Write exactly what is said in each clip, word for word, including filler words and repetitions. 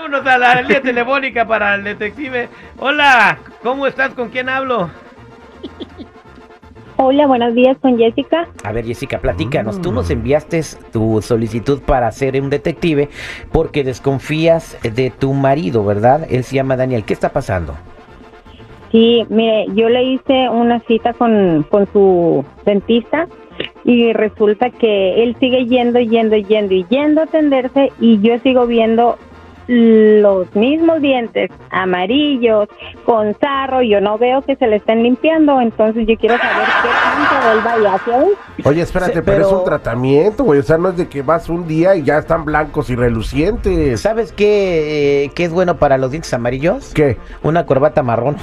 Vámonos a la línea telefónica para el detective. Hola, ¿cómo estás? ¿Con quién hablo? Hola, buenos días, con Jessica. A ver, Jessica, platícanos. Mm. Tú nos enviaste tu solicitud para ser un detective porque desconfías de tu marido, ¿verdad? Él se llama Daniel. ¿Qué está pasando? Sí, mire, yo le hice una cita con, con su dentista y resulta que él sigue yendo, yendo, yendo y yendo a atenderse y yo sigo viendo los mismos dientes amarillos con sarro. Yo no veo que se le estén limpiando, entonces yo quiero saber qué tanto él vaya hacia él. Oye, espérate, sí, pero... pero es un tratamiento, güey, o sea, no es de que vas un día y ya están blancos y relucientes. ¿Sabes qué, eh, qué es bueno para los dientes amarillos? ¿Qué? Una corbata marrón.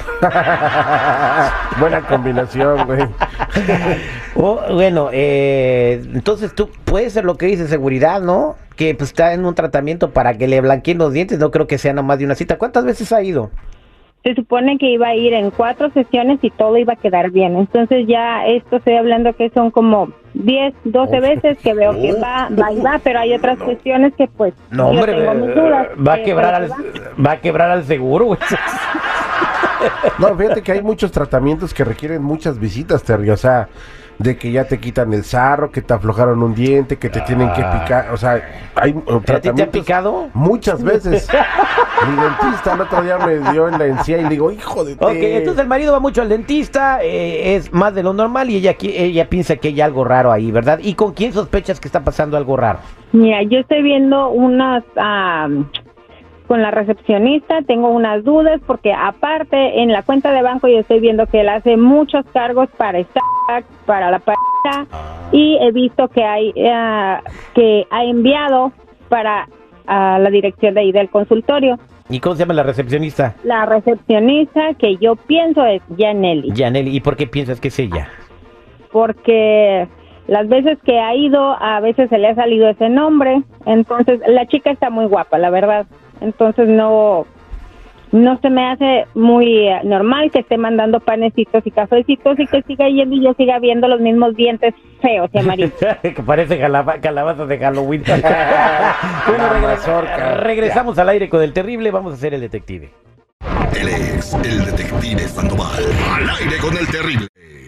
Buena combinación, güey. Oh, bueno, eh, entonces tú puedes ser lo que dice seguridad, ¿no? Que pues está en un tratamiento para que le blanqueen los dientes, no creo que sea nomás de una cita. ¿Cuántas veces ha ido? Se supone que iba a ir en cuatro sesiones y todo iba a quedar bien. Entonces ya esto estoy hablando que son como diez, doce oh, veces que veo oh, que va, va y va, pero hay otras no. cuestiones que pues no, yo hombre, tengo mis dudas. Va a quebrar al, va. va a quebrar al seguro, güey. No, fíjate que hay muchos tratamientos que requieren muchas visitas, Terry, o sea, de que ya te quitan el sarro, que te aflojaron un diente, que te ah. tienen que picar, o sea, hay tratamientos. ¿Te ha picado? Muchas veces. Mi dentista el otro día me dio en la encía y le digo, hijo de... Ok, te... entonces el marido va mucho al dentista, eh, es más de lo normal y ella, ella piensa que hay algo raro ahí, ¿verdad? ¿Y con quién sospechas que está pasando algo raro? Mira, yo estoy viendo unas... Um... con la recepcionista, tengo unas dudas porque aparte en la cuenta de banco yo estoy viendo que él hace muchos cargos para Starbucks, para la pareja y he visto que hay uh, que ha enviado para uh, la dirección de ahí del consultorio. ¿Y cómo se llama la recepcionista? La recepcionista que yo pienso es Yaneli. Yaneli, ¿y por qué piensas que es ella? Porque las veces que ha ido, a veces se le ha salido ese nombre, entonces la chica está muy guapa, la verdad. Entonces no no se me hace muy uh, normal que esté mandando panecitos y cafecitos y que siga yendo y yo siga viendo los mismos dientes feos y amarillos. Que parece calaba, calabazas de Halloween. Bueno, regresa, regresamos al aire con el terrible, vamos a hacer el detective. Él es el detective Sandoval. Al aire con el terrible.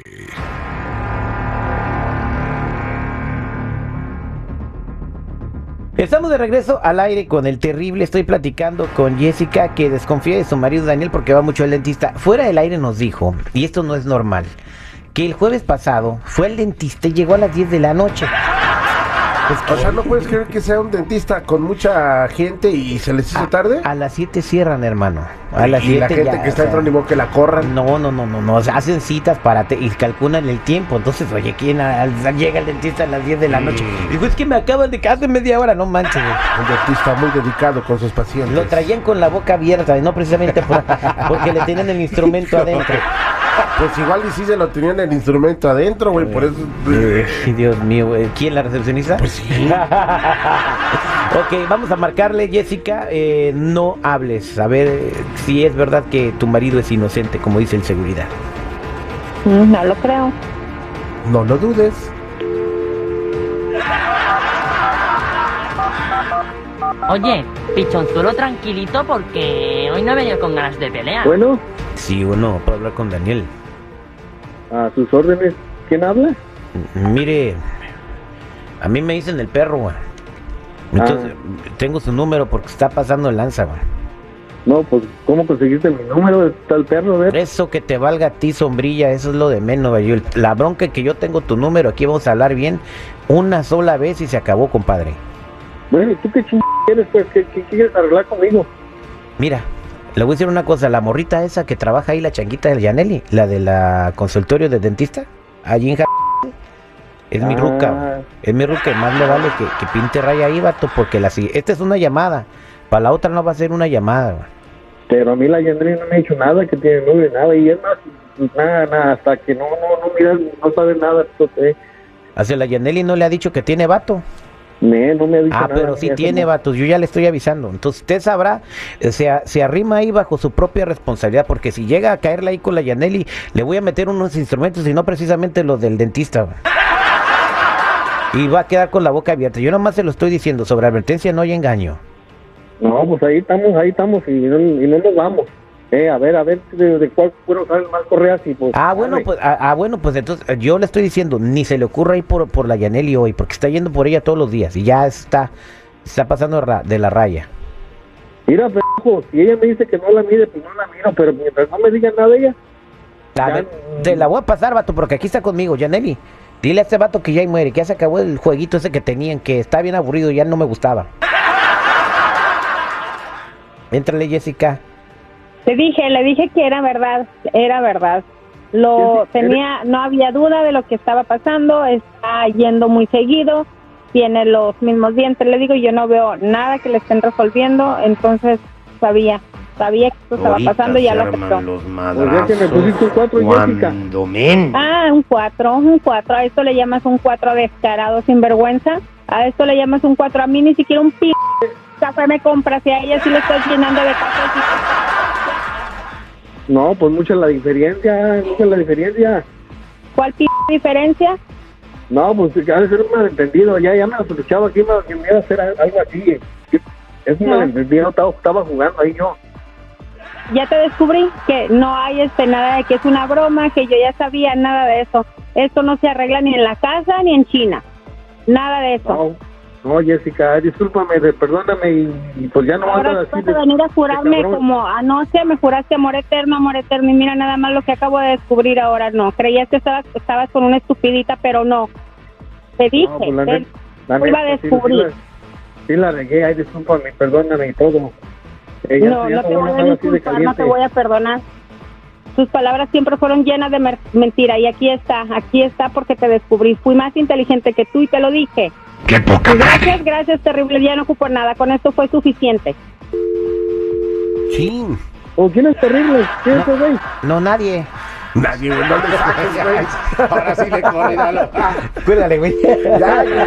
Estamos de regreso al aire con el terrible. Estoy platicando con Jessica, que desconfía de su marido Daniel porque va mucho al dentista. Fuera del aire nos dijo, y esto no es normal, que el jueves pasado fue al dentista y llegó a las diez de la noche. Pues, o sea, ¿no puedes creer que sea un dentista con mucha gente y se les hizo tarde? A, a las siete cierran, hermano. A las y siete la gente ya, que está dentro, ni modo que la corran. No, no, no, no, no. O sea, hacen citas para te, y calculan el tiempo. Entonces, oye, ¿quién a, a, llega el dentista a las diez de la noche? Digo, es que me acaban de hace media hora, no manches. Un dentista muy dedicado con sus pacientes. Lo traían con la boca abierta, no precisamente por, porque le tenían el instrumento adentro. Pues igual y sí se lo tenían el instrumento adentro, güey, por eso... Ay, Dios mío, güey. ¿Quién, la recepcionista? Pues sí. Ok, vamos a marcarle, Jessica, eh, no hables, a ver eh, si es verdad que tu marido es inocente, como dice el seguridad. No lo creo. No lo dudes. Oye, pichonzuelo tranquilito porque hoy no he venido con ganas de pelear. Bueno. Sí, uno, puedo hablar con Daniel. A sus órdenes, ¿quién habla? Mire, a mí me dicen el perro, güey. Entonces, ah. tengo su número porque está pasando el lanza, güey. No, pues, ¿cómo conseguiste mi número? Está el perro, ¿ver? Eso que te valga a ti, sombrilla, eso es lo de menos, güey. La bronca que yo tengo tu número, aquí vamos a hablar bien una sola vez y se acabó, compadre. Bueno, ¿tú qué ching quieres, pues? ¿Qué, qué quieres arreglar conmigo? Mira, le voy a decir una cosa, la morrita esa que trabaja ahí, la changuita del Yaneli, la de la consultorio de dentista, allí en J... Es ah. mi ruca, es mi ruca, y más le vale que, que pinte raya ahí, vato, porque la esta es una llamada, para la otra no va a ser una llamada, güey. Pero a mí la Yaneli no me ha dicho nada, que tiene novio, nada, y es más, nada, nada, hasta que no, no, no miras, no sabes nada. Eh. Hacia la Yaneli no le ha dicho que tiene vato. Me, no me ha dicho ah, nada. pero sí tiene no. vatos, yo ya le estoy avisando. Entonces usted sabrá, se, se arrima ahí bajo su propia responsabilidad, porque si llega a caerle ahí con la Yaneli, le voy a meter unos instrumentos y no precisamente los del dentista. Y va a quedar con la boca abierta. Yo nomás se lo estoy diciendo, sobre advertencia no hay engaño. No, pues ahí estamos, ahí estamos y no, y no nos vamos. Eh, a ver, a ver de, de cuál fueron más correas y pues... Ah, bueno, dale. pues, ah, ah, bueno, pues entonces yo le estoy diciendo, ni se le ocurra ir por, por la Yaneli hoy, porque está yendo por ella todos los días y ya está, está pasando ra- de la raya. Mira, pejo, si ella me dice que no la mire, pues no la miro, pero mientras no me diga nada de ella... A ya, ver, mm, te la voy a pasar, vato, porque aquí está conmigo, Yaneli. Dile a este vato que ya muere, que ya se acabó el jueguito ese que tenían, que está bien aburrido, ya no me gustaba. Éntrale, Jessica. Le dije, le dije que era verdad, era verdad. Lo tenía, no había duda de lo que estaba pasando, está yendo muy seguido, tiene los mismos dientes, le digo, yo no veo nada que le estén resolviendo, entonces sabía, sabía que esto estaba pasando y ya lo aceptó. los Pues ya que me pusiste un cuatro, Jessica. cuando men. Ah, un cuatro, un cuatro, a esto le llamas un cuatro descarado, sin vergüenza, a esto le llamas un cuatro, a mí ni siquiera un p*** café me compras y a ella sí le estoy llenando de café. No, pues mucha la diferencia, mucha la diferencia. ¿Cuál p*** diferencia? No, pues ha de ser un malentendido, ya, ya me lo sospechaba que iba, que me iba a hacer algo así. Es un No. malentendido, estaba, estaba jugando ahí yo. Ya te descubrí que no hay este nada de que es una broma, que yo ya sabía nada de eso. Esto no se arregla ni en la casa ni en China. Nada de eso. No. No, Jessica, discúlpame, de- perdóname y, y pues ya no Ahora ando tú así vas a venir a jurarme cabrón. como anoche me juraste amor eterno, amor eterno, y mira nada más lo que acabo de descubrir ahora. No, creías que estabas, estabas con una estupidita, pero no. Te dije, No, pues la te- neta- la lo iba a neta, sí, descubrir. Sí, la, sí la regué, ay, discúlpame, perdóname y todo. Eh, ya- No, ya no te voy voy a estar así de disculpar, no te caliente. voy a perdonar. Tus palabras siempre fueron llenas de mer- mentira y aquí está, aquí está porque te descubrí. Fui más inteligente que tú y te lo dije. ¡Qué poca Y madre! gracias, gracias, terrible, ya no ocupo nada. Con esto fue suficiente. Chin. ¿O quién es terrible? ¿Quién es ese güey? No, nadie. Nadie, güey, no le saques, güey. Ahora sí le corre, dalo. Cuérdale, güey. Ya, ya.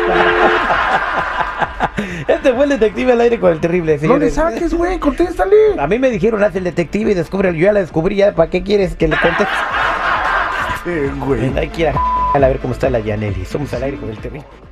Este fue el detective al aire con el terrible, No le señores. saques, güey, contéstale. A mí me dijeron, haz el detective y descubre, yo ya la descubrí, ya, ¿para qué quieres que le conteste? Eh, güey. Hay que ir a, a ver cómo está la Yaneli. Somos al aire con el terrible.